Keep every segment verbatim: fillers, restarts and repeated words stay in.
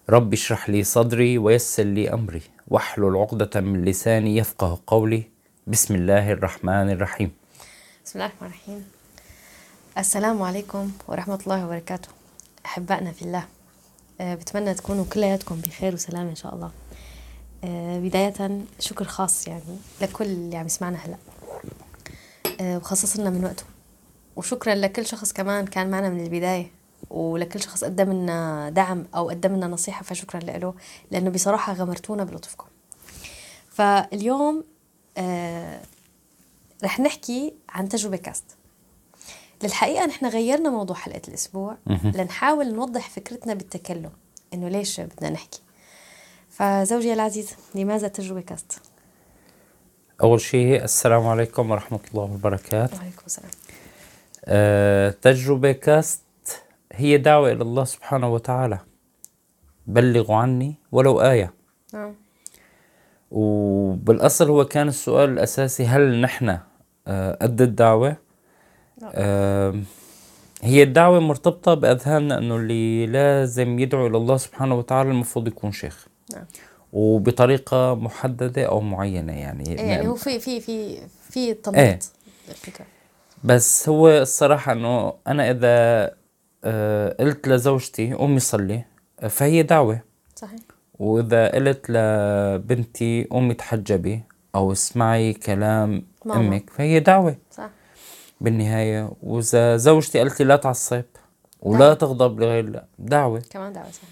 رب اشرح لي صدري ويسر لي أمري واحلل عقدة من لساني يفقه قولي. بسم الله الرحمن الرحيم. بسم الله الرحمن الرحيم. السلام عليكم ورحمة الله وبركاته. أحبائنا في الله، أه بتمنى تكونوا كلياتكم بخير وسلام إن شاء الله. أه بداية شكر خاص يعني لكل اللي عم يسمعنا هلأ، أه وخصص لنا من وقته، وشكرا لكل شخص كمان كان معنا من البداية، ولكل شخص قدم لنا دعم أو قدم لنا نصيحة، فشكرا له لأنه بصراحة غمرتونا بلطفكم. فاليوم أه رح نحكي عن تجربة كاست. للحقيقة نحن غيرنا موضوع حلقة الأسبوع لنحاول نوضح فكرتنا بالتكلم، إنه ليش بدنا نحكي. فزوجي العزيز، لماذا تجربة كاست؟ أول شيء السلام عليكم ورحمة الله وبركاته. وعليكم السلام. أه تجربة كاست هي دعوة إلى الله سبحانه وتعالى، بلغوا عني ولو آية. نعم. وبالأصل هو كان السؤال الأساسي، هل نحن أه قد الدعوة؟ أه هي الدعوة مرتبطة بأذهاننا أنه اللي لازم يدعو إلى الله سبحانه وتعالى المفروض يكون شيخ. نعم. وبطريقة محددة أو معينة يعني يعني هو في في في في تنميط ايه. الفكرة. بس هو الصراحة أنه أنا إذا أه قلت لزوجتي قومي صلي فهي دعوة. صحيح. وإذا قلت لبنتي قومي تحجبي أو اسمعي كلام ماما. أمك فهي دعوة صح. بالنهاية. وإذا زوجتي قالت لي لا تعصب ولا دعوة. تغضب لغير الله دعوة. كمان دعوة. صح.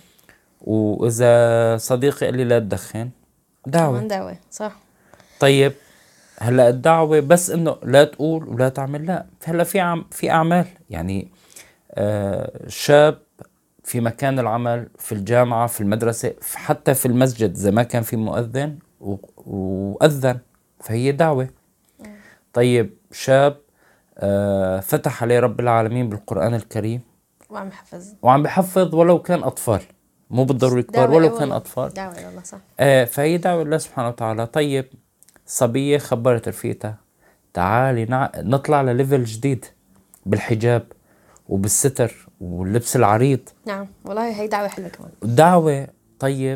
وإذا صديقي قال لي لا تدخن دعوة. كمان دعوة. صح. طيب هلا الدعوة بس إنه لا تقول ولا تعمل، لا. هلا في عم في أعمال يعني آه شاب في مكان العمل، في الجامعة، في المدرسة، حتى في المسجد إذا ما كان في مؤذن وأذن فهي دعوة. طيب شاب آه فتح عليه رب العالمين بالقرآن الكريم وعم يحفظ وعم بحفظ ولو كان أطفال، مو بالضروري كبار، ولو كان أطفال، دعوة إلى الله. صح. آه فهي دعوة الله سبحانه وتعالى. طيب صبية خبرت رفيقتها تعالي نع... نطلع لليفل جديد بالحجاب وبالستر واللبس العريض. نعم والله هي دعوة حلوة كمان. دعوة. طيب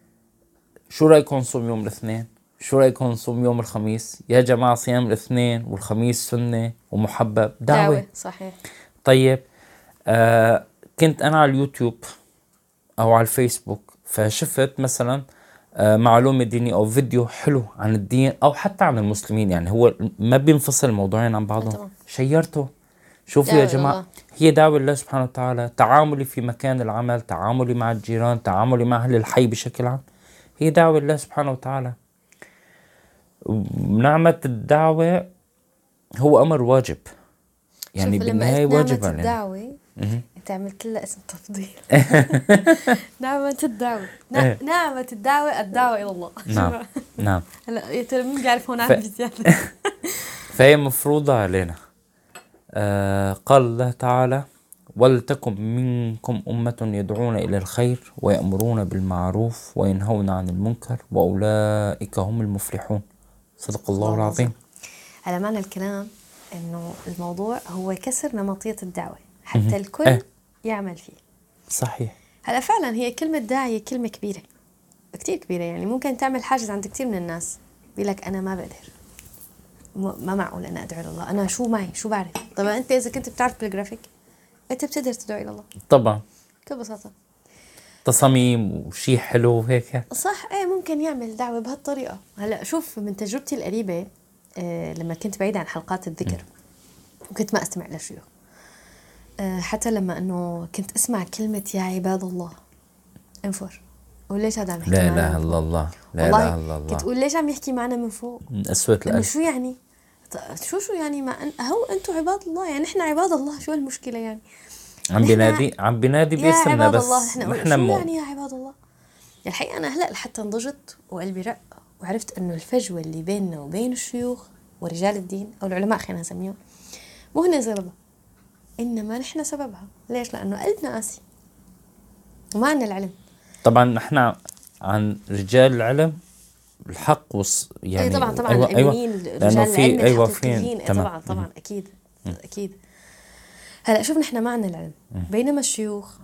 شو رأيكم نصوم يوم الاثنين؟ شو رأيكم نصوم يوم الخميس؟ يا جماعة صيام الاثنين والخميس سنة ومحبب. دعوة, دعوة. صحيح. طيب آه كنت أنا على اليوتيوب أو على الفيسبوك فشفت مثلا آه معلومة دينية أو فيديو حلو عن الدين أو حتى عن المسلمين، يعني هو ما بينفصل الموضوعين عن بعضهم، شيرته. شوفوا يا جماعة الله. هي دعوة الله سبحانه وتعالى. تعاملي في مكان العمل، تعاملي مع الجيران، تعاملي مع أهل الحي بشكل عام، هي دعوة الله سبحانه وتعالى. نعمة الدعوة هو أمر واجب، يعني بالنهاية واجب علينا. الدعوة انت عملت لها اسم تفضيل. نعمة الدعوة. نعمة الدعوة الدعوة إلى الله. نعم نعم. هلا يا ترى مين بيعرف هون عن بزيادة. فهي مفروضة علينا. آه قال الله تعالى ولتكن منكم أمة يدعون إلى الخير ويأمرون بالمعروف وينهون عن المنكر وأولئك هم المفلحون. صدق الله العظيم. على معنى الكلام إنه الموضوع هو كسر نمطية الدعوة حتى الكل اه. يعمل فيه. صحيح. هلا فعلا هي كلمة داعية كلمة كبيرة كتير كبيرة، يعني ممكن تعمل حاجز عند كتير من الناس. بيقولك أنا ما بقدر، ما معقول أنا أدعو إلى الله، أنا شو معي شو بعرف. طبعا أنت إذا كنت بتعرف بالجرافيك أنت بتقدر تدعو إلى الله طبعا بكل بساطة، تصاميم وشي حلو وهيك. صح. ايه ممكن يعمل دعوة بهالطريقة. هلا شوف من تجربتي القريبة، آه لما كنت بعيدة عن حلقات الذكر م. وكنت ما استمع للشيوخ، آه حتى لما انه كنت اسمع كلمة يا عباد الله انفر، وليش هذا عم يحكي لا معنا إله إلا الله، لا والله إله إلا الله. كنت أقول ليش عم يحكي معنا من فوق من أسوة القلب. شو يعني شو شو يعني ما أن... هو أنتوا عباد الله، يعني إحنا عباد الله، شو المشكلة يعني؟ عم بينادي عم بينادي باسمنا بس نحن مو يعني يا عباد الله. الحقيقة أنا هلأ لحتى انضجت وقلبي رق وعرفت أنه الفجوة اللي بيننا وبين الشيوخ ورجال الدين أو العلماء خلينا نسميهم مو هن سببها، إنما نحن سببها. ليش؟ لأنه قلبنا قاسي وما عندنا العلم. طبعا نحن عن رجال العلم الحق وص يعني. أي طبعا طبعا أيوة الأمينين أيوة رجال العلم أيوة الحقيقيين. أي طبعا طبعا أكيد م. أكيد. هلأ شوف نحن ما عندنا العلم، بينما الشيوخ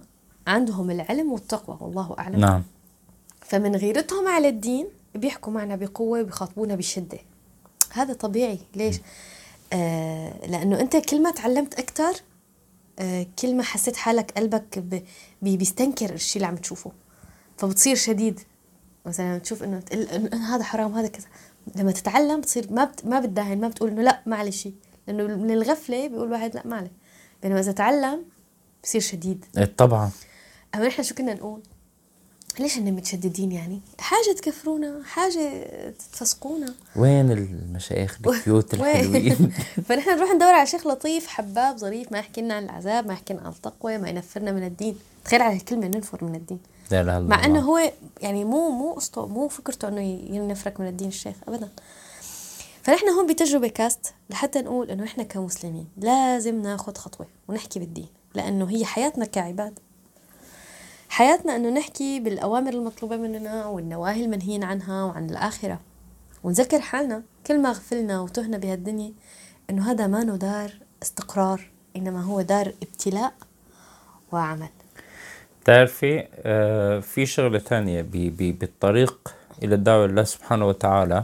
عندهم العلم والتقوى والله أعلم. نعم. فمن غيرتهم على الدين بيحكوا معنا بقوة وبيخاطبونا بشدة. هذا طبيعي. ليش؟ آه لأنه أنت كل ما تعلمت أكتر آه كل ما حسيت حالك قلبك بي بيستنكر الشيء اللي عم تشوفه، فبتصير شديد. مثلا تشوف إنه, إنه هذا حرام هذا كذا، لما تتعلم بتصير ما بت ما بتدهن، ما بتقول إنه لا معلش، لأنه من الغفلة بيقول واحد لا معلش. بينما إذا تعلم بصير شديد. طبعا. أما إحنا شو كنا نقول؟ ليش إننا متشددين يعني؟ حاجة تكفرونا، حاجة تفسقونا. وين المشايخ الكيوت الحلوين؟ فنحن نروح ندور على شيخ لطيف حباب ظريف ما يحكي لنا عن العذاب، ما يحكي لنا عن التقوى، ما ينفرنا من الدين. تخيل على الكلمة ننفر من الدين. لا لا مع إنه هو يعني مو مو قصته مو فكرته إنه ينفرك من الدين الشيخ أبدا. فنحن هون بتجربة كاست لحتى نقول إنه إحنا كمسلمين لازم ناخد خطوة ونحكي بالدين، لأنه هي حياتنا كعباد. حياتنا أنه نحكي بالأوامر المطلوبة مننا والنواهي المنهيين عنها وعن الآخرة، ونذكر حالنا كل ما غفلنا وتهنا بهالدنيا أنه هذا ما دار استقرار، إنما هو دار ابتلاء وعمل. تعرفي آه في شغلة تانية بي بي بالطريق إلى الدعوة لله سبحانه وتعالى،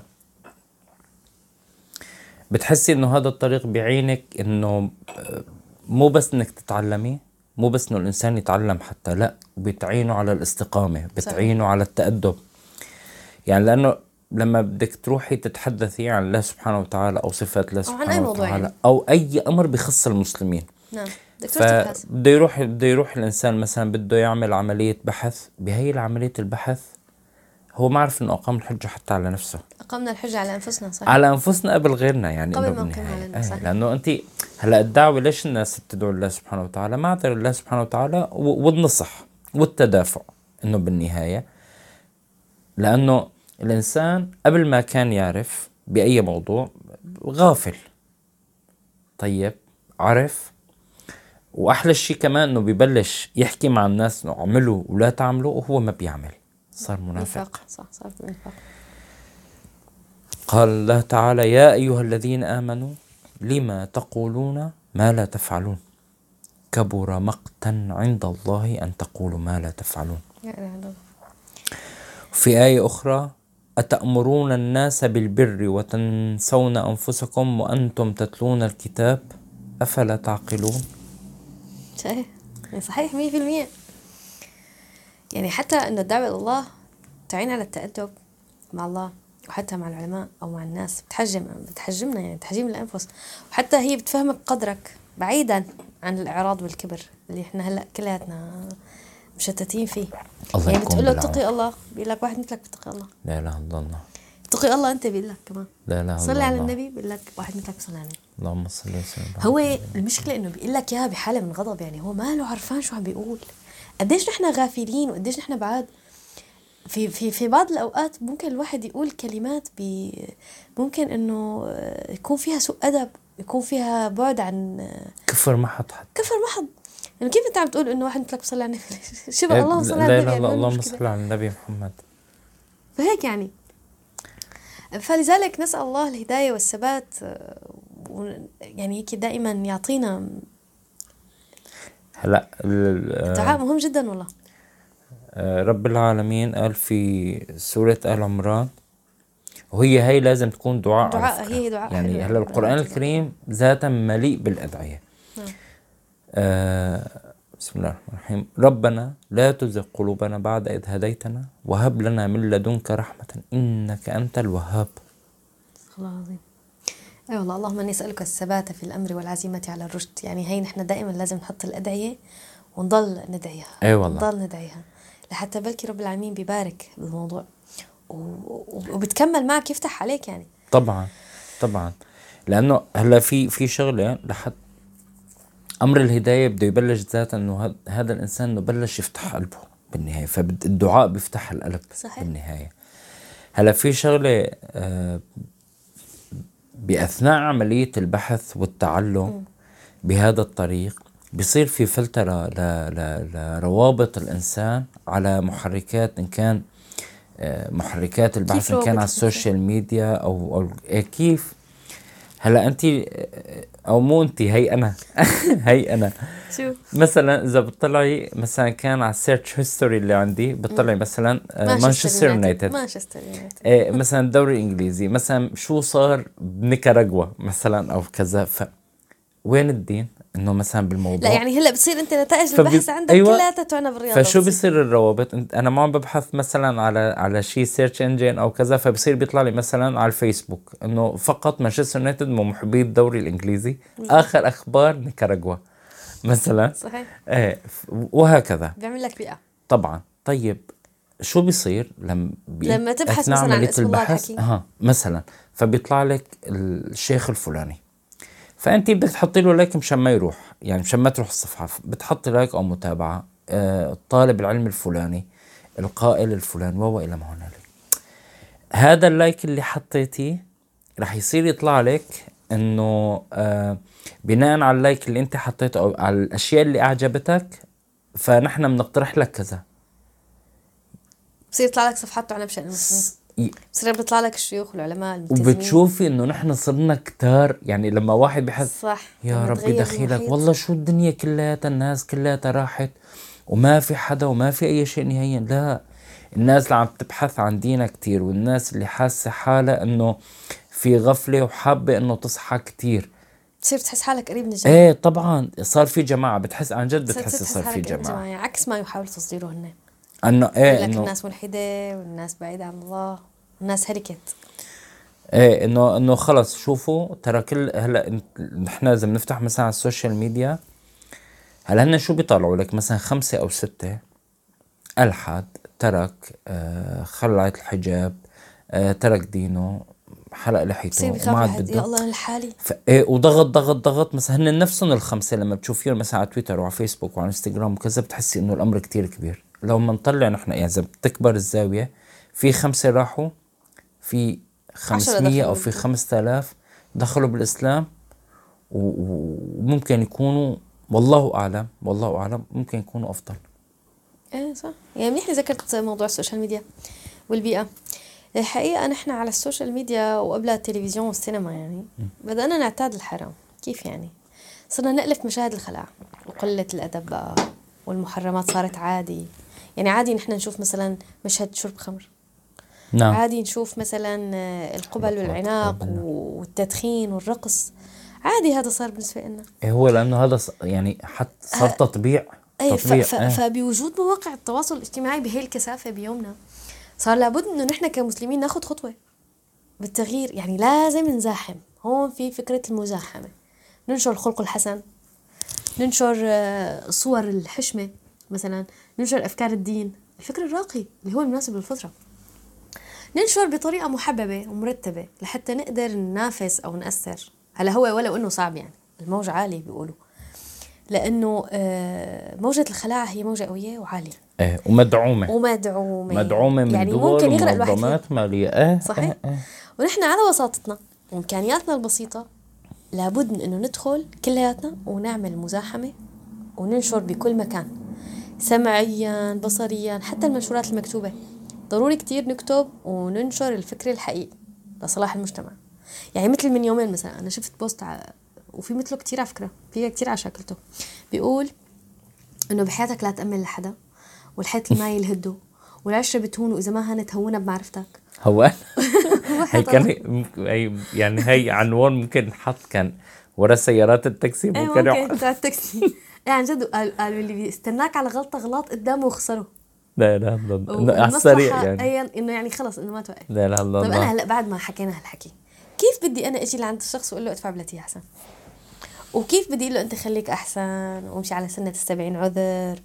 بتحسي إنه هذا الطريق بيعينك إنه مو بس إنك تتعلمي، مو بس إنه الإنسان يتعلم حتى، لا، بتعينه على الاستقامة، بتعينه على التأدب. يعني لأنه لما بدك تروحي تتحدثي عن الله سبحانه وتعالى أو صفات الله سبحانه وتعالى يعني. أو أي أمر بخص المسلمين، نعم، فبده يروح بده يروح الإنسان مثلا بده يعمل عملية بحث، بهي العملية البحث هو ما عرف إنه أقام الحجة حتى على نفسه. أقمنا الحجة على أنفسنا، صحيح. على أنفسنا قبل غيرنا يعني. قبل ما نقيم على آه لأنه أنت هلا الدعوة ليش الناس تدعو الله سبحانه وتعالى؟ معذر الله سبحانه وتعالى والنصح والتدافع، إنه بالنهاية لأنه الإنسان قبل ما كان يعرف بأي موضوع غافل، طيب عرف، وأحلى شيء كمان إنه بيبلش يحكي مع الناس إنه اعملوا ولا تعملوا وهو ما بيعمل، صار منافق. صح، صار منافق. قال الله تعالى: يا أيها الذين آمنوا لما تقولون ما لا تفعلون كبر مقتا عند الله أن تقولوا ما لا تفعلون. في آية أخرى: أتأمرون الناس بالبر وتنسون أنفسكم وأنتم تتلون الكتاب أفلا تعقلون. صحيح، صحيح مية في المية. يعني حتى أن الدعوة إلى الله تعين على التأدب مع الله وحتى مع العلماء أو مع الناس، بتحجم بتحجمنا يعني تحجيم الأنفس، وحتى هي بتفهمك قدرك بعيدا عن الإعراض والكبر اللي إحنا هلأ كلياتنا مشتتين فيه. الله يعني بتقول له اتقي الله، بيقول لك واحد مثلك بتقي الله. لا إله إلا الله. اتقي الله أنت بيقول لك كمان لا إله إلا الله. صلي على النبي بيقول لك واحد مثلك صلي على النبي. اللهم صل وسلم. هو المشكلة إنه بيقول لك إياها بحالة من غضب، يعني هو ما له عرفان شو عم بيقول. قديش نحن غافلين وقديش نحن بعاد. في في في بعض الأوقات ممكن الواحد يقول كلمات بي ممكن إنه يكون فيها سوء أدب، يكون فيها بعد عن كفر محض. حتى كفر محض. يعني كيف أنت عم تقول إنه واحد مثلك بصلي على النبي؟ شبه الله صلى على النبي. لا لا اللهم صل على النبي محمد. فهيك يعني. فلذلك نسأل الله الهداية والثبات، يعني هيك دائما يعطينا. هلا الدعاء مهم جدا والله. رب العالمين قال في سورة آل عمران، وهي هي لازم تكون دعاء، دعاء هي دعاء يعني هلا القرآن الكريم ذاتا مليء بالأدعية. آه بسم الله الرحمن الرحيم: ربنا لا تزغ قلوبنا بعد إذ هديتنا وهب لنا من لدنك رحمة إنك أنت الوهاب. الله العظيم. أي والله. اللهم إني أسألك الثبات في الأمر والعزيمة على الرشد. يعني هي نحن دائما لازم نحط الأدعية ونضل ندعيها. أي والله. نضل ندعيها لحتى بلكي رب العالمين بيبارك بالموضوع وبتكمل معك، يفتح عليك يعني. طبعا طبعا. لأنه هلا في في شغلة لحد أمر الهداية بده يبلش ذاتا إنه هذا الإنسان إنه بلش يفتح قلبه بالنهاية، فالدعاء بيفتح القلب. صحيح. بالنهاية. هلا في شغلة آه بأثناء عملية البحث والتعلم م. بهذا الطريق بيصير في فلترة لروابط الإنسان على محركات، إن كان محركات البحث، إن كان على السوشيال ميديا أو, أو كيف هلا انت او مو انت، هي انا هي انا شو مثلا اذا بتطلعي مثلا كان على السيرش هيستوري اللي عندي بتطلعي مثلا آه، مانشستر يونايتد، مانشستر يونايتد إيه مثلا الدوري الانجليزي، مثلا شو صار بنيكاراغوا مثلا او كذا، ف وين الدين انه مثلا بالموضوع؟ لا يعني هلا بتصير انت نتائج فبي... البحث عندك ايوه، كلها تعنى بالرياضه. فشو بتصير بيصير الروابط؟ انت انا ما عم ببحث مثلا على على شيء سيرش انجين او كذا، فبصير بيطلع لي مثلا على الفيسبوك انه فقط مانشستر يونايتد من محبي الدوري الانجليزي، اخر اخبار نيكاراغوا مثلا. صحيح، ايه ف- وهكذا بيعمل لك بيئه. طبعا. طيب شو بيصير لما بي... لما تبحث اثناء مثلا عن عمليه اسم الله البحث الحكيم، ها مثلا، فبيطلع لك الشيخ الفلاني، فانت بدك تحطي له لايك مشان ما يروح، يعني مشان ما تروح الصفحه، بتحطي لايك او متابعه آه طالب العلم الفلاني، القائل الفلاني، وهو الى ما هنالك. هذا اللايك اللي حطيتيه رح يصير يطلع لك انه آه بناء على اللايك اللي انت حطيته او على الاشياء اللي اعجبتك، فنحن بنقترح لك كذا. بصير يطلع لك صفحات تعنى بشأن المسلمين، بصير بيطلع لك الشيوخ والعلماء الملتزمين، وبتشوفي انه نحن صرنا كتار، يعني لما واحد بحث صح يا لما ربي تغير دخيلك، المحيط. والله شو الدنيا كلها الناس كلها راحت وما في حدا وما في اي شيء نهائيا. لا، الناس اللي عم تبحث عن دينها كتير، والناس اللي حاسة حالها انه في غفلة وحابة انه تصحى كتير. تصير تحس حالك قريب من الجماعة. ايه طبعا صار في جماعة، بتحس عن جد، تصير بتحس تحس صار في حالك قريب من جماعة، الجماعة، عكس ما يحاول تصديره هن. انه يقول ايه لك انه الناس ملحدة والناس بعيدة عن الله والناس هلكت. ايه انه انه خلص شوفوا ترى كل هلا انت- نحن اذا بنفتح مثلا على السوشيال ميديا، هلا هن شو بيطلعوا لك مثلا خمسة او ستة الحد ترك آه خلعت الحجاب، آه ترك دينه، حلق بصير لحيته بخاف وما عاد الواحد، يا بده الله لحالي. ف... إيه وضغط ضغط ضغط مثلا. هن نفسهم الخمسة لما بتشوفيهم مثلا على تويتر وعلى فيسبوك وعلى انستغرام وكذا، بتحسي انه الامر كتير كبير. لو ما نطلع نحن يعني اذا بتكبر الزاوية، في خمسة راحوا، في عشرة خمسمية دخلوا او في بالدين. خمسة آلاف دخلوا بالاسلام، و- و- وممكن يكونوا، والله اعلم والله اعلم ممكن يكونوا افضل. ايه صح، يعني منيح ذكرت موضوع السوشيال ميديا والبيئة. الحقيقة نحن على السوشيال ميديا وقبلها التلفزيون والسينما يعني بدأنا نعتاد الحرام. كيف يعني؟ صرنا نألف مشاهد الخلاع وقلة الأدب بقى، والمحرمات صارت عادي. يعني عادي نحن نشوف مثلا مشهد شرب خمر، نعم. عادي نشوف مثلا آه، القبل والعناق والتدخين والرقص، عادي. هذا صار بالنسبة لنا. إيه هو لانه هذا ص- يعني حتى صار تطبيع. اي ف... تطبيع ف... ايه. فبوجود مواقع التواصل الاجتماعي بهي الكثافة بيومنا، صار لابد انه نحن كمسلمين ناخد خطوة بالتغيير. يعني لازم نزاحم. هون في فكرة المزاحمة، ننشر الخلق الحسن، ننشر آه، صور الحشمة مثلا، ننشر أفكار الدين، الفكر الراقي اللي هو المناسب للفطرة، ننشر بطريقة محببة ومرتبة لحتى نقدر ننافس أو نأثر. هلا هو ولو أنه صعب، يعني الموج عالي بيقولوا، لأنه آه، موجة الخلاعة هي موجة قوية وعالية ايه ومدعومة ومدعومة، مدعومة من يعني دول ممكن يغرق الواحد فيها. ومنظمات مالية. ايه صحيح. ايه ايه. ونحن على وساطتنا وإمكانياتنا البسيطة لابد من أنه ندخل كلياتنا ونعمل مزاحمة وننشر بكل مكان، سمعيا بصريا، حتى المنشورات المكتوبة ضروري كتير نكتب وننشر الفكر الحقيقي لصلاح المجتمع. يعني مثل من يومين مثلا أنا شفت بوست ع... وفي مثله كتير على فكرة، في كتير على شكلته، بيقول إنه بحياتك لا تأمل لحدا، والحيط الماي الهدو، والعشرة بتهون وإذا ما هانت هونها بمعرفتك. هو هي كان هي يعني هي عنوان ممكن نحط كان ورا سيارات التاكسي ايه ممكن ممكن بتاع التاكسي. يعني عن جد قال قالوا اللي بيستناك على غلطة غلط قدامه وخسره. لا لا لا على السريع والمصلحة يعني. أيا إنه يعني خلص إنه ما توقف. لا لا لا طيب أنا هلأ بعد ما حكينا هالحكي، كيف بدي أنا أجي لعند الشخص وأقول له ادفع بلاتي أحسن؟ وكيف بدي أقول له أنت خليك أحسن وامشي على سنة السبعين عذر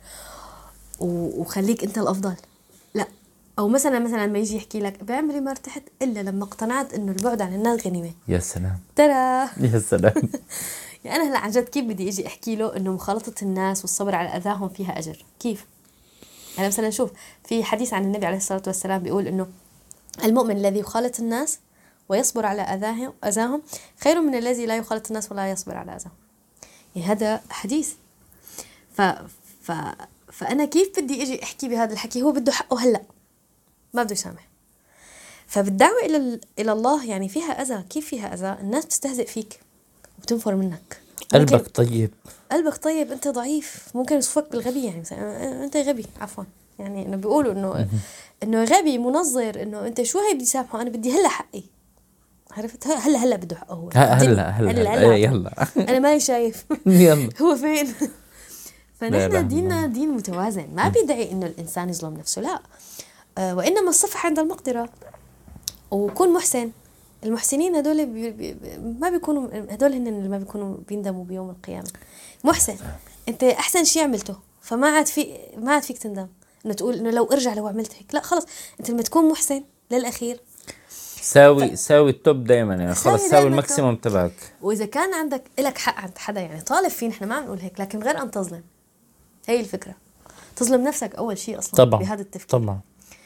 وخليك أنت الأفضل؟ لا. أو مثلا مثلا ما يجي يحكي لك بعمري ما ارتحت إلا لما اقتنعت إنه البعد عن الناس غنيمة. يا سلام ترى يا سلام. يعني أنا هلا عن جد كيف بدي أجي أحكي له إنه مخالطة الناس والصبر على أذاهم فيها أجر؟ كيف؟ أنا مثلا نشوف في حديث عن النبي عليه الصلاة والسلام بيقول إنه المؤمن الذي يخالط الناس ويصبر على أذاهم أذاهم خير من الذي لا يخالط الناس ولا يصبر على أذاهم. يعني هذا حديث. ف ف فأنا كيف بدي أجي أحكي بهذا الحكي؟ هو بده حقه هلا، ما بده يسامح. فبالدعوة إلى إلى الله يعني فيها أذى. كيف فيها أذى؟ الناس بتستهزئ فيك وبتنفر منك. قلبك طيب، قلبك طيب، أنت ضعيف، ممكن يوصفك بالغبي. يعني مثلا أنت غبي، عفوا، يعني إنه بيقولوا إنه إنه غبي منظر، إنه أنت شو هاي بدي سامحه، أنا بدي هلا حقي. عرفت؟ هلا هلا بده حقه هو. هلا هلا هلا, هلا يلا أنا ماني شايف يلا هو فين. فنحن ديننا دين متوازن، ما بيدعي إنه الإنسان يظلم نفسه، لا، آه وإنما الصفح عند المقدرة. وكون محسن. المحسنين هدول بي بي ما بيكونوا، هدول هن اللي ما بيكونوا بيندموا بيوم القيامة. محسن، أنت أحسن شيء عملته، فما عاد في ما عاد فيك تندم إنه تقول إنه لو أرجع لو عملت هيك، لا خلص. أنت لما تكون محسن للأخير ساوي ف... ساوي التوب دايما، يعني خلص ساوي الماكسيموم تبعك. وإذا كان عندك إلك حق عند حدا يعني طالب فيه، نحن ما بنقول هيك، لكن غير أن تظلم. هي الفكرة، تظلم نفسك أول شيء أصلا. طبعا بهذا التفكير طبعا.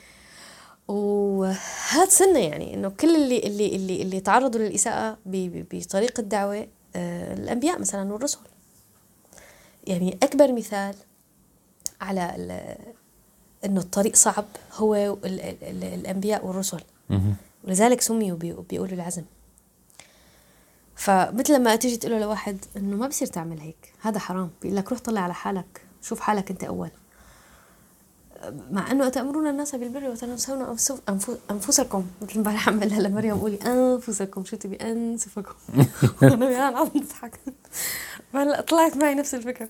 وهذا سنة يعني إنه كل اللي اللي اللي اللي تعرضوا للإساءة بطريقة الدعوة، آه الأنبياء مثلا والرسل. يعني أكبر مثال على إنه الطريق صعب هو ال ال الأنبياء والرسل، ولذلك سميوا بيقولوا العزم. فمثل ما تيجي تقول له لواحد إنه ما بصير تعمل هيك، هذا حرام، بيقول لك روح طلع على حالك، شوف حالك أنت أول. مع أنه أتأمرون الناس بالبر وتنسون أنفسكم، مثل ما عملها لمريم، قولي أنفسكم، شو تبي أنسفكم. وأنا يعني عم نضحك، فهلا طلعت معي نفس الفكرة.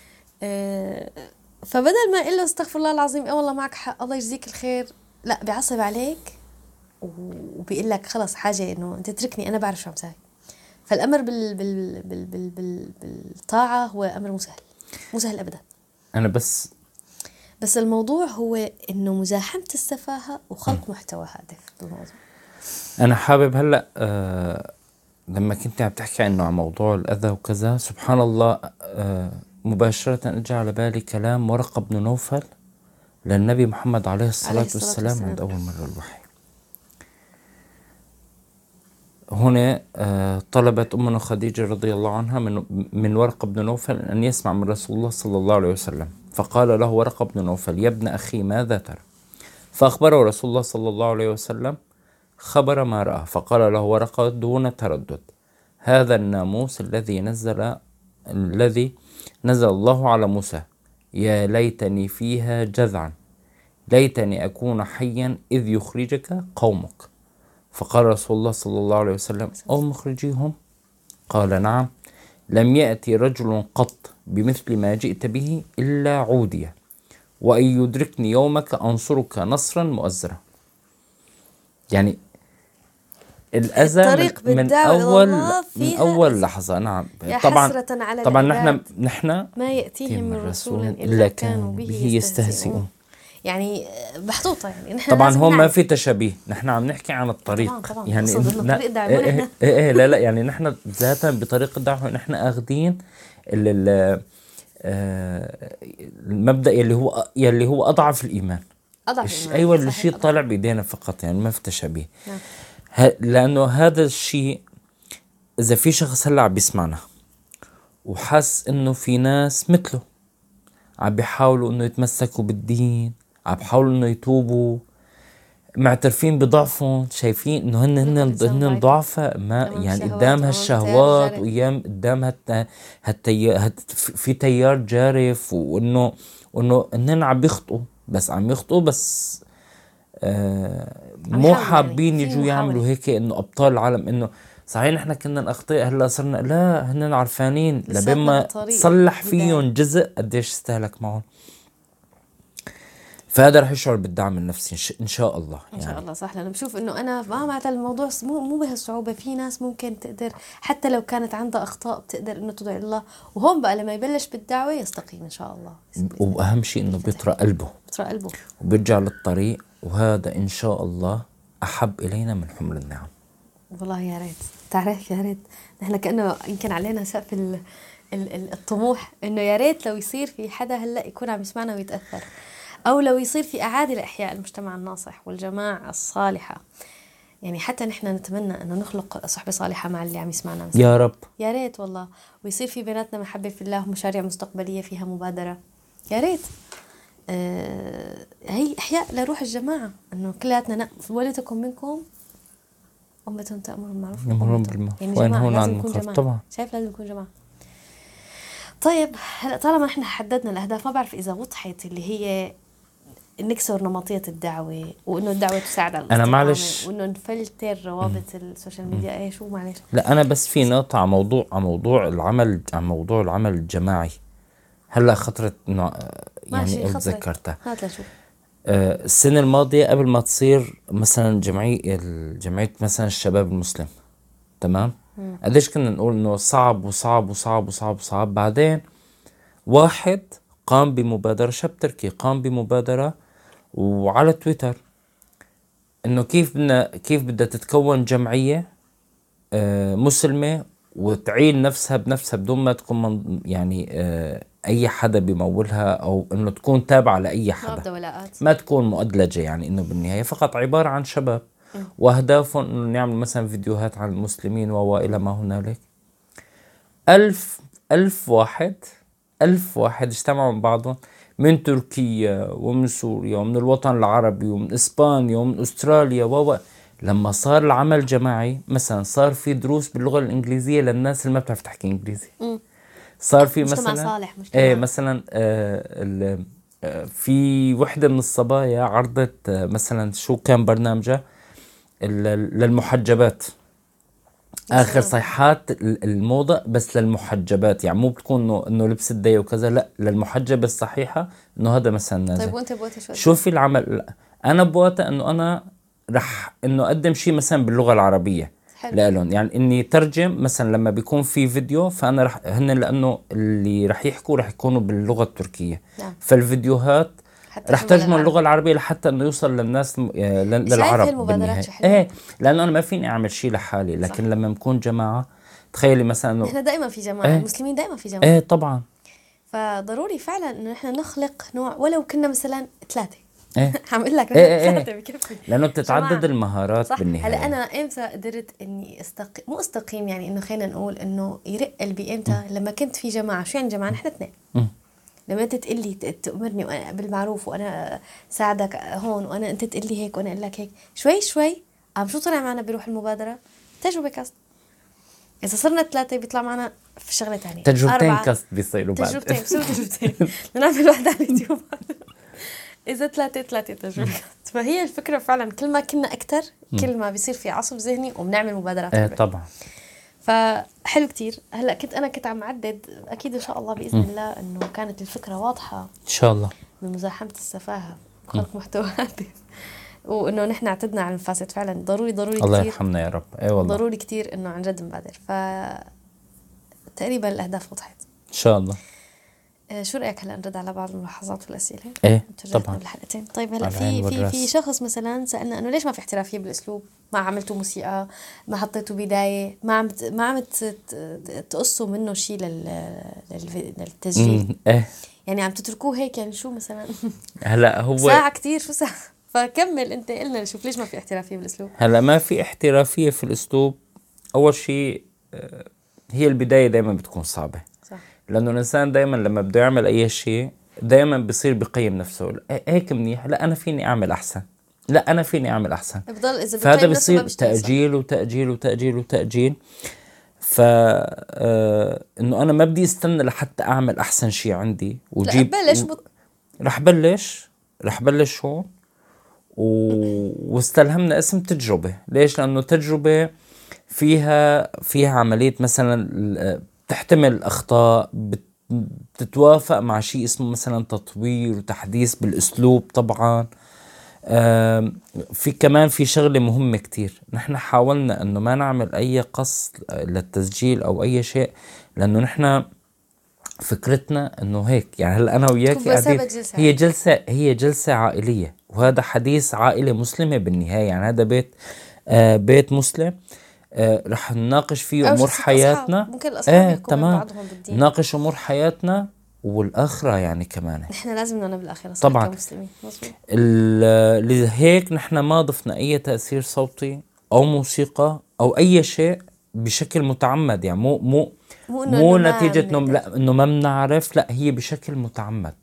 فبدل ما يقول له استغفر الله العظيم، أه والله معك حق، الله يجزيك الخير، لا، بيعصب عليك وبيقول لك خلص حاجة إنه أنت تتركني، أنا بعرف شو عم ساوي. فالأمر بال بال بال بال بال بالطاعة هو أمر مسهل، مسهل أبدا. أنا بس بس الموضوع هو إنه مزاحمة السفاهة وخلق محتوى هادف بالموضوع. أنا حابب هلأ آه لما كنت عم تحكي عنه عن موضوع الأذى وكذا، سبحان الله، آه مباشرة أجى على بالي كلام ورقة بن نوفل للنبي محمد عليه الصلاة, عليه الصلاة والسلام, والسلام عند أول مرة الوحي. هنا آه طلبت أمنا خديجة رضي الله عنها من, من ورقة بن نوفل أن يسمع من رسول الله صلى الله عليه وسلم. فقال له ورقة بن نوفل: يا ابن أخي ماذا ترى؟ فأخبره رسول الله صلى الله عليه وسلم خبر ما رأى. فقال له ورقة دون تردد: هذا الناموس الذي نزل الذي نزل الله على موسى، يا ليتني فيها جذعا، ليتني أكون حيا إذ يخرجك قومك. فقال رسول الله صلى الله عليه وسلم: أو مخرجيهم؟ قال: نعم، لم يأتي رجل قط بمثل ما جئت به إلا عودية، وإن يدركني يومك أنصرك نصرا مؤزرا. يعني الأذى من, من أول من أول لحظة. نعم طبعا طبعا نحن نحن ما يأتيهم من رسول إلا كانوا به يستهزئون. يعني محطوطة، يعني نحن طبعا هون ما في تشابيه، نحن عم نحكي عن الطريق. طبعاً طبعاً. يعني ن... إيه إيه إيه لا لا يعني نحن ذاتا بطريقة الدعوة نحن أخذين المبدأ يلي هو يلي هو أضعف الإيمان. أضعف أيوة الشيء طالع بيدينا فقط، يعني ما في تشابيه. ه... لأنه هذا الشيء إذا في شخص هلا عم بيسمعنا وحس إنه في ناس مثله عم بيحاولوا إنه يتمسكوا بالدين، عم بيحاولوا إنه يتوبوا، معترفين بضعفهم، شايفين إنه هن هن هن ضعفاء، ما يعني قدام هالشهوات وأيام قدام هت هالتي هت في تيار جارف، وإنه وإنه هن عم بيخطئوا، بس عم يخطئوا بس آه مو حابين يعني يجوا يعملوا هيك إنه أبطال العالم، إنه صحيح نحن كنا نخطئ هلا صرنا لا، هن عارفانين لبما تصلح فيهم جزء قديش استهلك معهم. فهذا رح يشعر بالدعم النفسي إن شاء الله. يعني. إن شاء الله صح. لأنا بشوف إنه أنا ما مع الموضوع مو مو بهالصعوبة. في ناس ممكن تقدر حتى لو كانت عندها أخطاء بتقدر إنه تدعي الله، وهم بقى لما يبلش بالدعوة يستقيم إن شاء الله. وأهم شيء إنه بيطرق قلبه بيطرق قلبه وبيرجع للطريق، وهذا إن شاء الله أحب إلينا من حمل النعم. والله يا ريت تعرف، يا ريت نحن كأنه يمكن علينا سقف ال ال الطموح، إنه يا ريت لو يصير في حدا هلا يكون عم يسمعنا ويتأثر، أو لو يصير في أعادة لإحياء المجتمع الناصح والجماعة الصالحة. يعني حتى نحن نتمنى أنه نخلق صحبة صالحة مع اللي عم يسمعنا مثلا. يا رب يا ريت والله، ويصير في بيناتنا محبة في الله ومشاريع مستقبلية فيها مبادرة. يا ريت آه هي إحياء لروح الجماعة، إنه كلياتنا ولتكن منكم أمة تأمر بالمعروف يأمرون بالمعروف يعني وينهون جماعة، عن لازم يكون المنكر. جماعة. طبعا شايف لازم يكون جماعة. طيب هلا طالما احنا حددنا الأهداف، ما بعرف إذا وضحت اللي هي نكسر نمطية الدعوة، وإنه الدعوة تساعد على أنا الاستقامة، معلش وإنه نفلتر روابط السوشيال ميديا. إيه شو معلش. لا أنا بس في نقطة على موضوع على موضوع العمل على موضوع العمل الجماعي. هلا خطرت إنه ماشي يعني قلت خطرت. ذكرتها. هات لنشوف. آه، السنة الماضية قبل ما تصير مثلا جمعية الجمعية مثلا الشباب المسلم، تمام؟ قديش كنا نقول انه صعب وصعب وصعب وصعب وصعب. بعدين واحد قام بمبادرة، شاب تركي قام بمبادرة وعلى تويتر انه كيف بدنا كيف بدها تتكون جمعية آه مسلمة وتعين نفسها بنفسها بدون ما تكون من يعني آه اي حدا بيمولها، او انه تكون تابعة لاي ما حدا، بدها ولاءات. ما تكون مؤدلجة، يعني انه بالنهاية فقط عبارة عن شباب واهدافهم انه نعمل مثلا فيديوهات عن المسلمين والى ما هنالك. الف الف واحد الف واحد اجتمعوا من بعضهم، من تركيا ومن سوريا ومن الوطن العربي ومن اسبانيا ومن استراليا و لما صار العمل جماعي مثلا صار في دروس باللغة الانجليزية للناس اللي ما بتعرف تحكي انجليزي. مم. صار في مجتمع مثلا صالح، مجتمع. ايه مثلا آه ال- آه، في وحدة من الصبايا عرضت آه مثلا شو كان برنامجها ال- للمحجبات، اخر صيحات ال- الموضة بس للمحجبات، يعني مو بتكون انه انه لبس الدي وكذا، لا للمحجبة الصحيحة انه هذا مثلا نازل. طيب وانت بوقتها شو شوفي العمل، لا انا بوقتها انه انا رح انه اقدم شيء مثلا باللغة العربية حلو. لهم، يعني اني ترجم مثلا لما بيكون في فيديو، فانا رح هن لانه اللي رح يحكوا رح يكونوا باللغة التركية. نعم. فالفيديوهات حتى رح شمال ترجموا العرب. اللغة العربية لحتى انه يوصل للناس الم- آه، لل- شايف للعرب هالمبادرات بالنهاية. شو حلوة؟ ايه لانه انا ما فيني اعمل شيء لحالي، لكن صح. لما نكون جماعة تخيلي مثلا انه نحن دائما في جماعة. ايه المسلمين دائما في جماعة. ايه طبعا فضروري فعلا انه نحن نخلق نوع، ولو كنا مثلا ثلاثة. ايه عم اقول لك ايه ايه ثلاثة ايه بكفي. لانه بتتعدد جماعة. المهارات صح. بالنهاية. هلا انا امتى قدرت اني استقيم، مو استقيم يعني انه خلينا نقول انه يرق قلبي امتى؟ لما كنت في جماعة. شو يعني جماعة؟ نحن اثنين. مم. لما انت تقول لي تأمرني وأنا بالمعروف وانا ساعدك هون، وانا انت تقول لي هيك وانا اقول لك هيك، شوي شوي عم شو طلع معنا بروح المبادرة؟ تجربة كاست. اذا صرنا ثلاثة بيطلع معنا في شغلة ثانية. تجربتين كاست بيصيروا بعد. تجربتين بصيروا تجربتين. نعمل واحدة على اليوتيوب. إذا ثلاثة ثلاثة تجربة. فهي الفكرة فعلا كل ما كنا أكتر كل ما بيصير في عصف ذهني وبنعمل مبادرات. ايه طبعا. فحلو كتير. هلا كنت أنا كنت عم عدد، أكيد إن شاء الله بإذن م. الله إنه كانت الفكرة واضحة ان شاء الله من مزاحمة السفاهة وخلق محتوى هادف، وإنه نحن اعتدنا على الفاسد فعلا. ضروري ضروري الله كتير، يرحمنا يا رب. اي والله ضروري كتير إنه عن جد نبادر. ف تقريبا الأهداف وضحت ان شاء الله. شو رأيك هلا نرد على بعض الملاحظات والأسئلة؟ ايه طبعا الحلقتين. طيب هلا على العين في في والراس. في شخص مثلا سألنا انه ليش ما في احترافية بالاسلوب؟ ما عملتوا موسيقى، ما حطيتوا بداية، ما عم ت- ما عم ت- ت- تقصوا منه شيء لل لل- للتسجيل. مم، ايه يعني عم تتركوه هيك، يعني شو مثلا هلا هو ساعة كتير، شو ساعة. فكمل انت قلنا شوف ليش ما في احترافية بالاسلوب. هلا ما في احترافية في الاسلوب. اول شيء آه، هي البداية دائما بتكون صعبة، صح. لانه الانسان دائما لما بده يعمل اي شيء دائما بصير بقيم نفسه، لا، هيك منيح، لا انا فيني اعمل احسن، لا انا فيني اعمل احسن. بضل اذا فهذا بقيم نفسه ما بصير بيشتغل صح. تأجيل وتأجيل وتأجيل وتأجيل. ف آه، انه انا ما بدي استنى لحتى اعمل احسن شيء عندي لا وجيب بلش و... بط... رح بلش رح بلش هون و... واستلهمنا اسم تجربة. ليش؟ لانه تجربة فيها فيها عملية مثلا ال- بتحتمل اخطاء، بت... بتتوافق مع شيء اسمه مثلا تطوير وتحديث بالاسلوب. طبعا آم، في كمان في شغلة مهمة كتير، نحن حاولنا انه ما نعمل اي قصد للتسجيل او اي شيء، لانه نحن فكرتنا انه هيك، يعني هلا انا وياك تكون قاعدين، بمثابة جلسة هي عائلية. جلسة هي جلسة عائلية، وهذا حديث عائلة مسلمة بالنهاية، يعني هذا بيت آه بيت مسلم. آه رح نناقش فيه أو امور شخصية حياتنا. أصحاب. ممكن الأصحاب ايه يحكوا بين تمام، بعضهم بالدين. نناقش امور حياتنا والاخرة يعني كمان. نحن لازم نعمل بالآخرة صح طبعاً. كمسلمين. مظبوط. ال- لهيك نحن ما ضفنا اي تأثير صوتي او موسيقى او اي شيء بشكل متعمد، يعني مو مو مو إنه مو إنه ما نتيجة انه بنقدر. لا انه ما بنعرف، لا هي بشكل متعمد.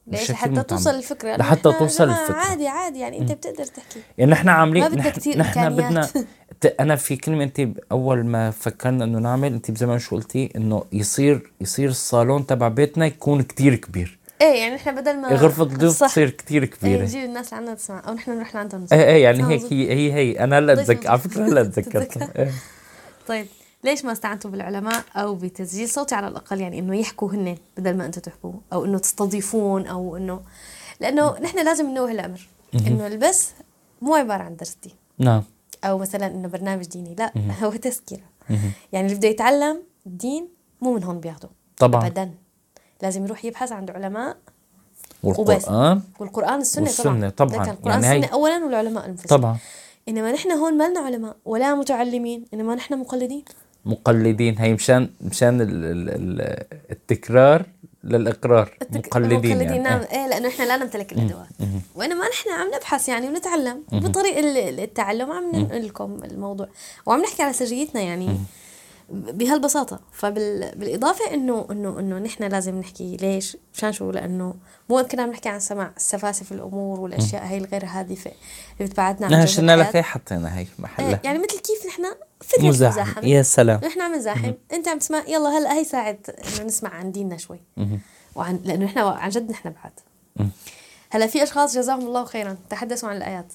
ليش؟ بشكل حتى متعمد. توصل الفكرة لحتى إحنا توصل جماعة الفكرة. عادي عادي يعني أنت بتقدر تحكي يعني نحن عاملين ما بدنا نحن, كتير نحن بدنا إمكانيات. ت- انا في كلمه انت ب- اول ما فكرنا انه نعمل، انت بزمان شو قلتي؟ انه يصير يصير الصالون تبع بيتنا يكون كتير كبير. ايه يعني احنا بدل ما غرفه الضيوف صح تصير كتير ايه كبيره. نجيب الناس اللي عندنا تسمع او نحن نروح لعندهم نسمع. ايه ايه يعني صح هيك مظبوط. هي هي هي انا هلا ضيف اتذكر على لطيف. فكره هلا تذكرتها. تتذكر. إيه. طيب ليش ما استعنتوا بالعلماء او بتسجيل صوتي على الاقل، يعني انه يحكوا هن بدل ما انتم تحكوا، او انه تستضيفون، او انه لانه نحن لازم ننوه الامر انه البث مو عباره عن درس دين نعم. او مثلا انه برنامج ديني، لا هو تذكره. يعني اللي بده يتعلم الدين مو من هون بياخده طبعا. ابدا، لازم يروح يبحث عند علماء والقران والقرآن السنة, والسنة طبعا, طبعا. كان القرآن يعني السنة أولا والعلماء المفسرين طبعا. إنما نحن هون ما لنا علماء ولا متعلمين، إنما نحن مقلدين مقلدين. هي مشان مشان ال ال ال التكرار للإقرار. التك... مقلدين, مقلدين يعني نعم. إيه. إيه لأنه إحنا لا نمتلك الأدوات، وإنما نحن عم نبحث يعني ونتعلم بطريق ال- التعلم، عم ننقل لكم الموضوع وعم نحكي على سجيتنا يعني بهالبساطة. فبالإضافة إنه إنه إنه نحن لازم نحكي ليش مشان شو، لأنه مو كنا عم نحكي عن سماع السفاسف الأمور والأشياء هاي الغير هادفة اللي بتبعدنا عن نحن جودة شلنا الحياة. لك هي حطينا هي محلها. إيه يعني مثل كيف نحن فكرة مزاحم. مزاحمة. يا سلام. نحن عم نزاحم، أنت عم تسمع، يلا هلا هي ساعة إنه نسمع عن ديننا شوي، وعن لأنه نحن عن جد نحن بعد. هلا في أشخاص جزاهم الله خيرا تحدثوا عن الآيات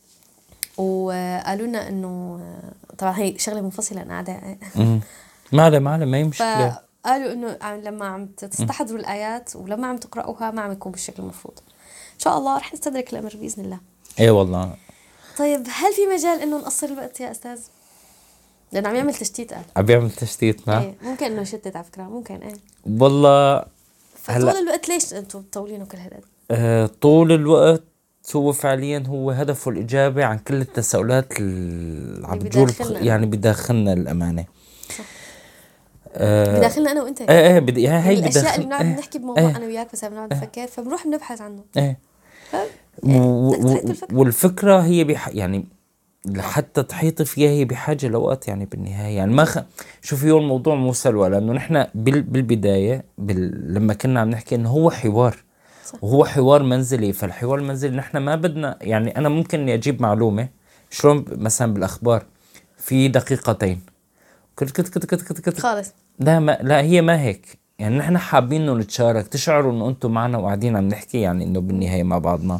وقالوا لنا إنه طبعا هي شغلة منفصلة أنا قاعدة ما عليه ما عليه ما هي مشكلة. فقالوا إنه عم- لما عم تستحضروا الآيات ولما عم تقرأوها ما عم يكون بالشكل المفروض. إن شاء الله رح نستدرك الأمر بإذن الله. ايه والله. طيب هل في مجال إنه نقصر الوقت يا أستاذ؟ لأنه عم يعمل تشتيت قال. عم بيعمل تشتيت. نعم. إيه ممكن إنه يشتت على فكرة، ممكن إيه. والله فطول هلا الوقت ليش أنتم مطولينه كل هالقد؟ آه طول الوقت هو فعليا هو هدفه الإجابة عن كل التساؤلات اللي عم بتجول بداخلنا. يعني بداخلنا الأمانة. آه بداخلنا أنا وأنت. ايه ايه بدي هي الأشياء بداخل اللي بنقعد ايه نحكي بموضوع ايه أنا وياك بس بنقعد نفكر فبنروح بنبحث عنه. ايه ف... و- و- تحت الفكرة. والفكرة هي بح يعني لحتى تحيطي فيها هي بحاجة لوقت يعني بالنهاية. يعني ما خ... شوفي هو الموضوع مو سلوى، لأنه نحن بال... بالبداية بال... لما كنا عم نحكي إنه هو حوار صح. وهو حوار منزلي. فالحوار المنزلي نحن ما بدنا يعني أنا ممكن إني أجيب معلومة شلون ب- مثلا بالأخبار في دقيقتين كت كت كت كت كت كت خالص. لا ما لا هي ما هيك. يعني نحن حابين إنه نتشارك، تشعروا إنه أنتم معنا وقاعدين عم نحكي يعني إنه بالنهاية مع بعضنا.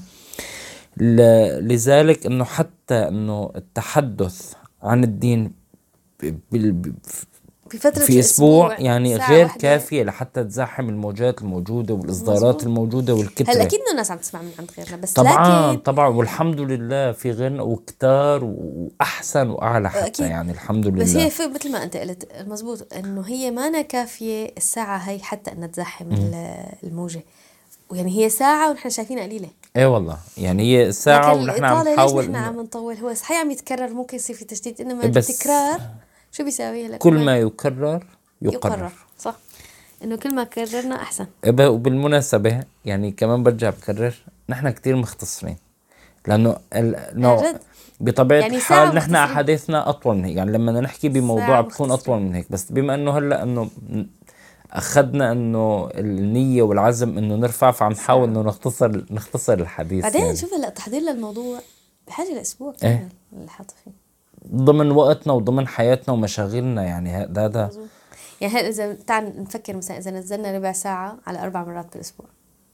ل- لذلك انه حتى انه التحدث عن الدين ب- بال- ب- بفترة في اسبوع الأسبوع يعني ساعة غير واحدة. كافية لحتى تزاحم الموجات الموجودة والاصدارات مظبوط. الموجودة هلا والكترة. أكيد إنه الناس عم تسمع من عند غيرنا بس طبعا لكن طبعا والحمد لله في غيرنا وكتار واحسن واعلى حتى أكيد. يعني الحمد بس لله. هي في مثل ما أنت قلت مزبوط إنه هي مانا كافية الساعة هي حتى إنها تزاحم ال- الموجة، ويعني هي ساعة ونحن شايفينها قليلة. ايه والله يعني هي ساعة لكن ونحن عم الإطالة ليش نحاول نحن إنه عم نطول؟ هو صحيح عم يتكرر ممكن يصير في تشتيت، إنما بس التكرار شو بيساوي؟ هلا كل ما يكرر يقرر, يقرر صح، إنه كل ما كررنا أحسن. إب- وبالمناسبة يعني كمان برجع بكرر نحن كتير مختصرين لأنه ال- نوع عن جد. بطبيعة يعني ساعة الحال نحن مختصرين. أحاديثنا أطول من هيك. يعني لما نحكي بموضوع ساعة بتكون مختصرين. أطول من هيك، بس بما أنه هلأ أنه أخذنا أنه النية والعزم أنه نرفع فعم نحاول أنه نختصر نختصر الحديث. بعدين يعني شوف هلا التحضير للموضوع بحاجة لأسبوع إيه. كامل اللي حاطة فيه. ضمن وقتنا وضمن حياتنا ومشاغلنا يعني هذا هذا مظبوط. يعني هل إذا تعال نفكر مثلا إذا نزلنا ربع ساعة على أربع مرات بالأسبوع،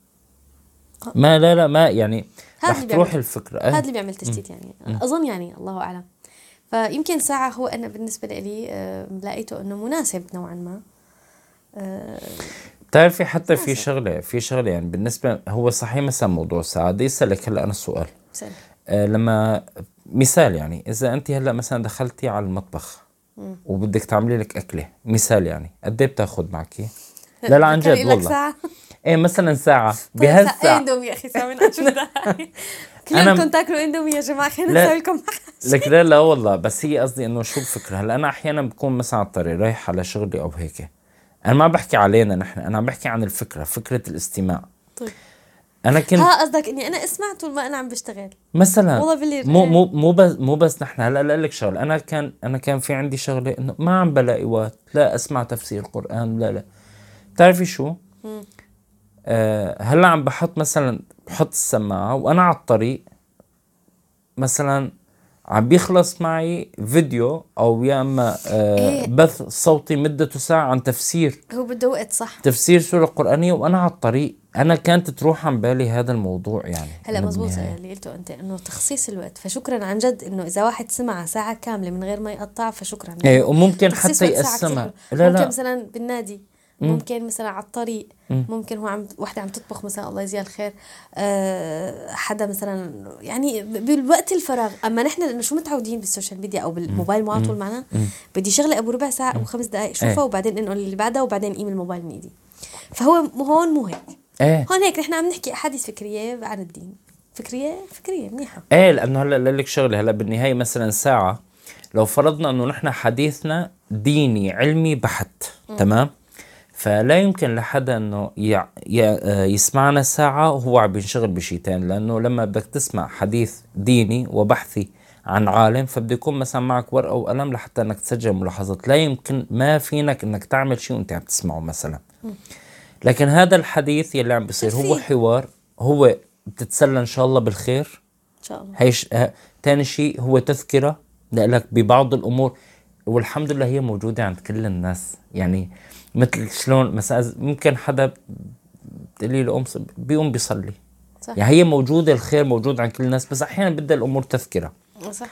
ما لا لا ما يعني هذا رح اللي تروح بيعمل- الفكرة. هذا إيه. اللي بيعمل تشتيت يعني أظن، يعني الله أعلم. فيمكن ساعة هو أنا بالنسبة لي آه، لقيته إنه مناسب نوعا ما. آه، بتعرفي حتى في مناسب. شغلة في شغلة يعني بالنسبة هو صحيح مثلا موضوع ساعة بدي أسألك هلا أنا السؤال. بسأل. آه لما مثال يعني إذا أنت هلا مثلا دخلتي على المطبخ وبدك تعملي لك أكلة مثال يعني قد إيه بتاخذ معك؟ لا لا عن كان جد يقول لك والله. ساعة. إيه مثلا ساعة طيب ساعة بهالساعة اندومي يا أخي سامين شو داعي أنا كلكم تاكلوا اندومي يا جماعة، خلينا لا. نسوي لكم محاشي. لك لا لا والله. بس هي قصدي إنه شو الفكرة. هلا أنا أحيانا بكون مثلا على الطريق رايح على شغلي أو هيك، أنا ما بحكي علينا نحن، أنا عم بحكي عن الفكرة، فكرة الاستماع. طيب أنا كنت ها قصدك إني أنا اسمع طول ما أنا عم بشتغل. مثلا والله بالليل. مو مو مو بس مو بس نحن هلا اقول لك شغله. انا كان انا كان في عندي شغله انه ما عم بلاقي وقت لا اسمع تفسير قران لا لا. بتعرفي شو؟ أه هلا عم بحط مثلا بحط السماعة وأنا على الطريق مثلا عم بيخلص معي فيديو أو يا أما أه إيه. بث صوتي مدته ساعة عن تفسير هو بده وقت صح. تفسير سورة قرآنية وأنا على الطريق. أنا كانت تروح عن بالي هذا الموضوع يعني. هلا مزبوط اللي قلته انت انه تخصيص الوقت، فشكرا عن جد انه اذا واحد سمع ساعه كامله من غير ما يقطع فشكرا. ايه وممكن حتى يقسمها. لا ممكن لا مثلا بالنادي، ممكن مثلا على الطريق، ممكن هو عم وحده عم تطبخ مثلا الله يجزيها الخير، أه حدا مثلا يعني بالوقت الفراغ. اما نحن لانه شو متعودين بالسوشيال ميديا او بالموبايل مو على طول معنا، بدي شغله ابو ربع ساعه او خمس دقائق شوفها ايه. وبعدين انقل اللي بعدها وبعدين قيم الموبايل من ايدي. فهو هون مو هيك. ايه هون هيك نحن عم نحكي احاديث فكريه عن الدين، فكريه فكريه منيحه. ايه لانه هلا لك شغله هلا بالنهايه مثلا ساعه لو فرضنا انه نحن حديثنا ديني علمي بحت م. تمام، فلا يمكن لحدا انه يع... ي... يسمعنا ساعه وهو عم بينشغل بشيتين، لانه لما بدك تسمع حديث ديني وبحثي عن عالم فبده يكون مثلا معك ورقه وقلم لحتى انك تسجل ملاحظات. لا يمكن، ما فينك انك تعمل شيء وانت عم تسمعه مثلا. م. لكن هذا الحديث يلي عم بيصير هو حوار، هو بتتسلى ان شاء الله بالخير ان شاء الله. هيش اه تاني شيء هو تذكرة لك ببعض الامور، والحمد لله هي موجودة عند كل الناس. يعني مثل شلون مثلا ممكن حدا بتقولي له بيقوم بيصلي، صح. يعني هي موجودة، الخير موجود عند كل الناس، بس احيانا بدها الامور تذكرة، صح.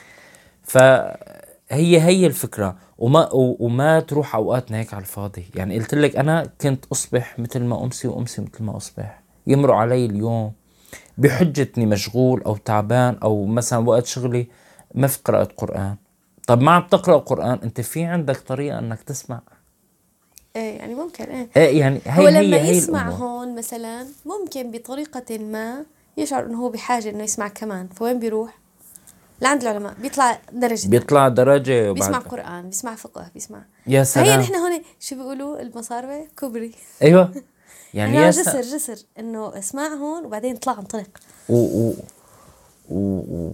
فهي هي الفكرة. وما وما تروح اوقاتنا هيك على الفاضي. يعني قلت لك انا كنت اصبح مثل ما امسي وامسي مثل ما اصبح. يمرق علي اليوم بحجتني مشغول او تعبان او مثلا وقت شغلي ما في قراءة قرآن. طب ما عم تقرأ قرآن، انت في عندك طريقة انك تسمع. ايه يعني ممكن ايه, إيه يعني هي هو لما هي هي يسمع الأمور. هون مثلا ممكن بطريقة ما يشعر انه هو بحاجة انه يسمع كمان، فوين بيروح؟ لعند العلماء، بيطلع درجة بيطلع درجة بيسمع قرآن، بيسمع فقه، بيسمع. يا سلام. فهي نحن هون شو بيقولوا المصاربة كبري. ايوه يعني يا جسر جسر انه اسمع هون وبعدين اطلع انطلق. و و و و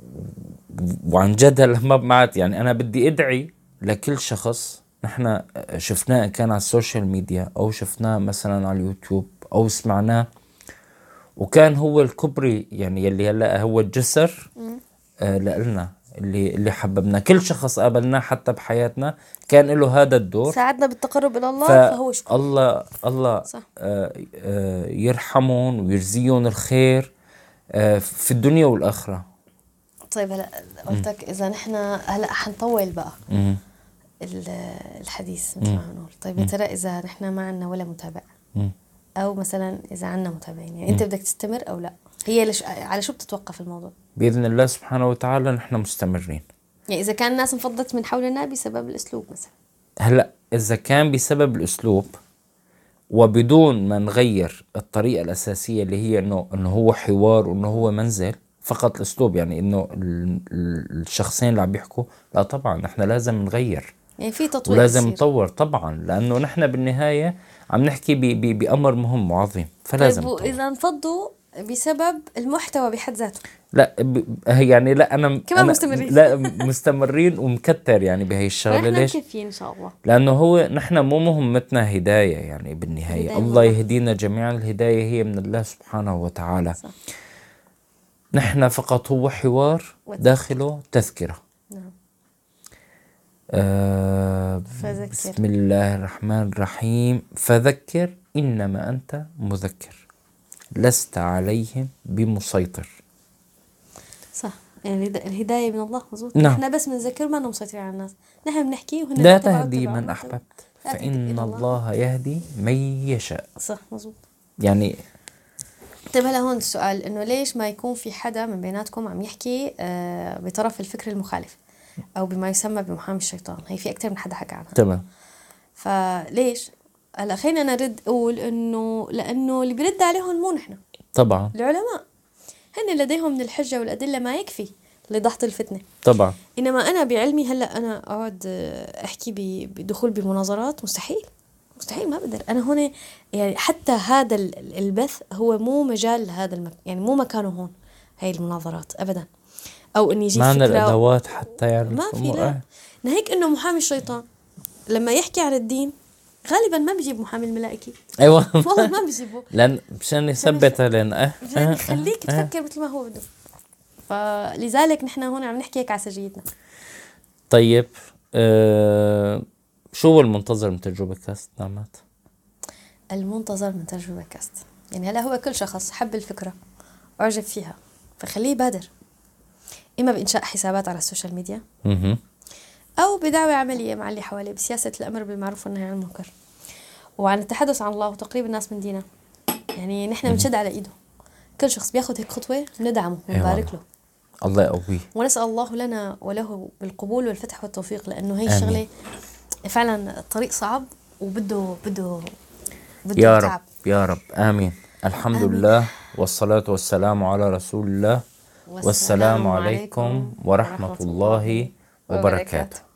وعن جد لما بعد يعني انا بدي ادعي لكل شخص نحن شفناه كان على السوشيال ميديا او شفناه مثلا على اليوتيوب او سمعناه وكان هو الكبري، يعني يلي هلا هو الجسر آه لنا اللي اللي حببنا. كل شخص قابلناه حتى بحياتنا كان له هذا الدور، ساعدنا بالتقرب الى الله، فهو شكرا. الله الله آه آه يرحمهم ويجزيهم الخير آه في الدنيا والاخره. طيب هلا قلتك اذا نحن هلا حنطول بقى مم. الحديث مثل ما بنقول. طيب يا ترى اذا نحن ما عندنا ولا متابع مم. او مثلا اذا عندنا متابعين، يعني انت بدك تستمر او لا؟ هي لش... على شو بتتوقف الموضوع؟ باذن الله سبحانه وتعالى نحن مستمرين. يعني اذا كان الناس انفضت من حولنا بسبب الاسلوب مثلا، هلا اذا كان بسبب الاسلوب وبدون ما نغير الطريقه الاساسيه اللي هي انه انه هو حوار وانه هو منزل فقط الاسلوب، يعني انه الشخصين اللي عم بيحكوا، لا طبعا نحن لازم نغير، يعني في تطوير ولازم نطور طبعا، لانه نحن بالنهايه عم نحكي بامر مهم وعظيم، فلازم طيب نطور. واذا انفضوا بسبب المحتوى بحد ذاته؟ لا ب... يعني لا انا كمان أنا مستمرين. لا مستمرين ومكتر يعني بهي الشغله. ليش؟ مكفيين ان شاء الله، لانه هو نحن مو مهمتنا هدايه، يعني بالنهايه الله يهدينا جميعا، الهدايه هي من الله سبحانه وتعالى. صح. نحن فقط هو حوار داخله تذكره. نعم. آه بسم الله الرحمن الرحيم. فذكر انما انت مذكر لست عليهم بمسيطر. صح، يعني الهداية من الله مزبوط. نعم. نحن بس بنذكر، ما مسيطرين على الناس، نحن بنحكي وهن لا تهدي من أحببت فإن الله, الله يهدي من يشاء. صح مزبوط. يعني طيب هلا هون السؤال انه ليش ما يكون في حدا من بيناتكم عم يحكي آه بطرف الفكر المخالف او بما يسمى بمحامي الشيطان؟ هي في اكثر من حدا حكى عنها. تمام. فليش هلا خلينا نرد اقول انه لانه اللي بيرد عليهم مو نحن طبعا، العلماء، هن لديهم من الحجة والأدلة ما يكفي لضغط الفتنة طبعا. إنما أنا بعلمي هلأ أنا أقعد أحكي بدخول بمناظرات، مستحيل مستحيل، ما بقدر أنا هون. يعني حتى هذا البث هو مو مجال هذا المك... يعني مو مكانه هون هاي المناظرات أبدا، أو إني يجيب فكرة الأدوات حتى يعني ما في. لا ناهيك إنه محامي الشيطان لما يحكي عن الدين غالبا ما بيجيب محامي الملائكي. ايوه والله ما بيجيبه، لان مشان يثبتها لان اه مشان اه يخليك اه تفكر مثل ما هو بده. فلذلك نحن هون عم نحكي هيك على سجيتنا. طيب آه شو هو المنتظر من تجربة كاست نعمات؟ المنتظر من تجربة كاست يعني هلا هو كل شخص حب الفكرة أعجب فيها فخليه يبادر، إما بإنشاء حسابات على السوشيال ميديا اها أو بدعوة عملية مع اللي حواليه بسياسة الأمر بالمعروف والنهي عن المنكر وعن التحدث عن الله وتقريب الناس من دينه. يعني نحن بنشد على إيده، كل شخص بياخد هيك خطوة ندعمه ونبارك له. الله يقويه. ونسأل الله لنا وله بالقبول والفتح والتوفيق، لأنه هي آمين. الشغلة فعلا الطريق صعب وبده بده بده يا تعب. رب يا رب آمين. الحمد آمين. لله والصلاة والسلام على رسول الله والسلام عليكم ورحمة الله وبركاته.